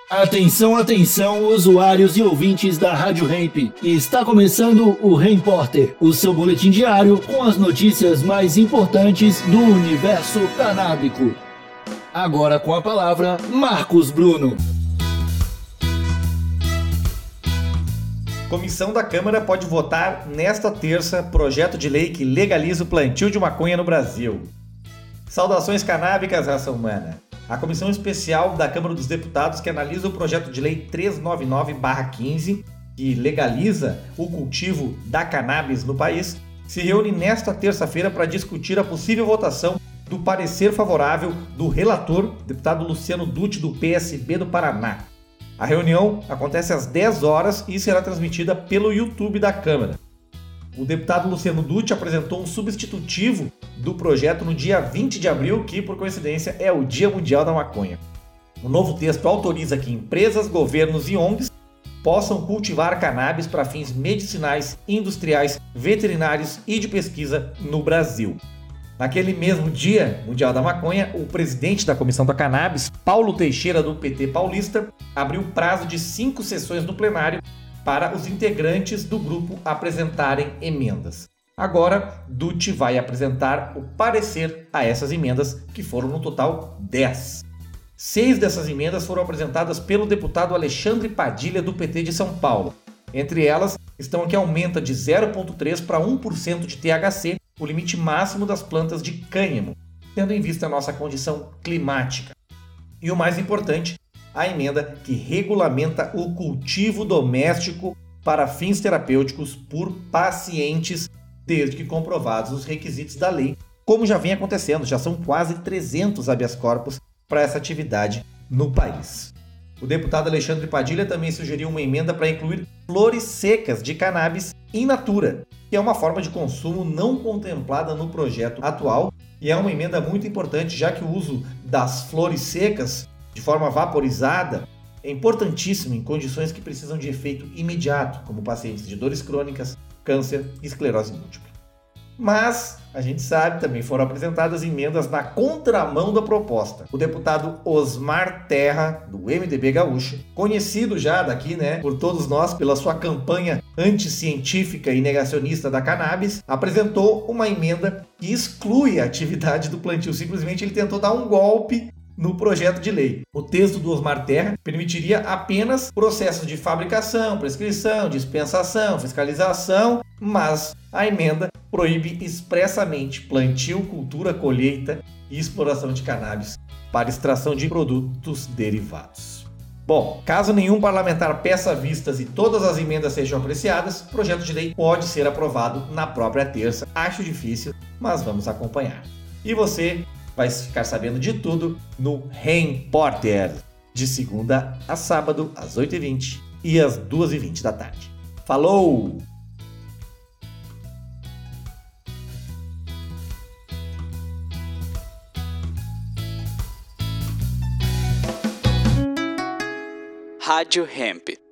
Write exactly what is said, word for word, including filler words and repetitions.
Atenção, atenção, usuários e ouvintes da Rádio Hemp. Está começando o Hemporter, o seu boletim diário com as notícias mais importantes do universo canábico. Agora com a palavra, Marcos Bruno. Comissão da Câmara pode votar nesta terça projeto de lei que legaliza o plantio de maconha no Brasil. Saudações canábicas, raça humana. A Comissão Especial da Câmara dos Deputados, que analisa o projeto de lei trezentos e noventa e nove barra quinze, que legaliza o cultivo da cannabis no país, se reúne nesta terça-feira para discutir a possível votação do parecer favorável do relator, deputado Luciano Dutti, do P S B do Paraná. A reunião acontece às dez horas e será transmitida pelo YouTube da Câmara. O deputado Luciano Dutti apresentou um substitutivo do projeto no dia vinte de abril, que, por coincidência, é o Dia Mundial da Maconha. O novo texto autoriza que empresas, governos e O N Gs possam cultivar cannabis para fins medicinais, industriais, veterinários e de pesquisa no Brasil. Naquele mesmo Dia Mundial da Maconha, o presidente da Comissão da Cannabis, Paulo Teixeira, do P T paulista, abriu prazo de cinco sessões no plenário para os integrantes do grupo apresentarem emendas. Agora, Dutti vai apresentar o parecer a essas emendas, que foram no total dez. Seis dessas emendas foram apresentadas pelo deputado Alexandre Padilha, do P T de São Paulo. Entre elas estão a que aumenta de zero vírgula três para um por cento de T H C o limite máximo das plantas de cânhamo, tendo em vista a nossa condição climática. E o mais importante, a emenda que regulamenta o cultivo doméstico para fins terapêuticos por pacientes, desde que comprovados os requisitos da lei, como já vem acontecendo, já são quase trezentos habeas corpus para essa atividade no país. O deputado Alexandre Padilha também sugeriu uma emenda para incluir flores secas de cannabis in natura, que é uma forma de consumo não contemplada no projeto atual, e é uma emenda muito importante, já que o uso das flores secas de forma vaporizada é importantíssimo em condições que precisam de efeito imediato, como pacientes de dores crônicas, câncer e esclerose múltipla. Mas, a gente sabe, também foram apresentadas emendas na contramão da proposta. O deputado Osmar Terra, do M D B gaúcho, conhecido já daqui, né, por todos nós pela sua campanha anticientífica e negacionista da cannabis, apresentou uma emenda que exclui a atividade do plantio. Simplesmente ele tentou dar um golpe no projeto de lei. O texto do Osmar Terra permitiria apenas processos de fabricação, prescrição, dispensação, fiscalização, mas a emenda proíbe expressamente plantio, cultura, colheita e exploração de cannabis para extração de produtos derivados. Bom, caso nenhum parlamentar peça vistas e todas as emendas sejam apreciadas, o projeto de lei pode ser aprovado na própria terça. Acho difícil, mas vamos acompanhar. E você vai ficar sabendo de tudo no Hemporter, de segunda a sábado, às oito e vinte e às duas e vinte da tarde. Falou! Rádio Hemp.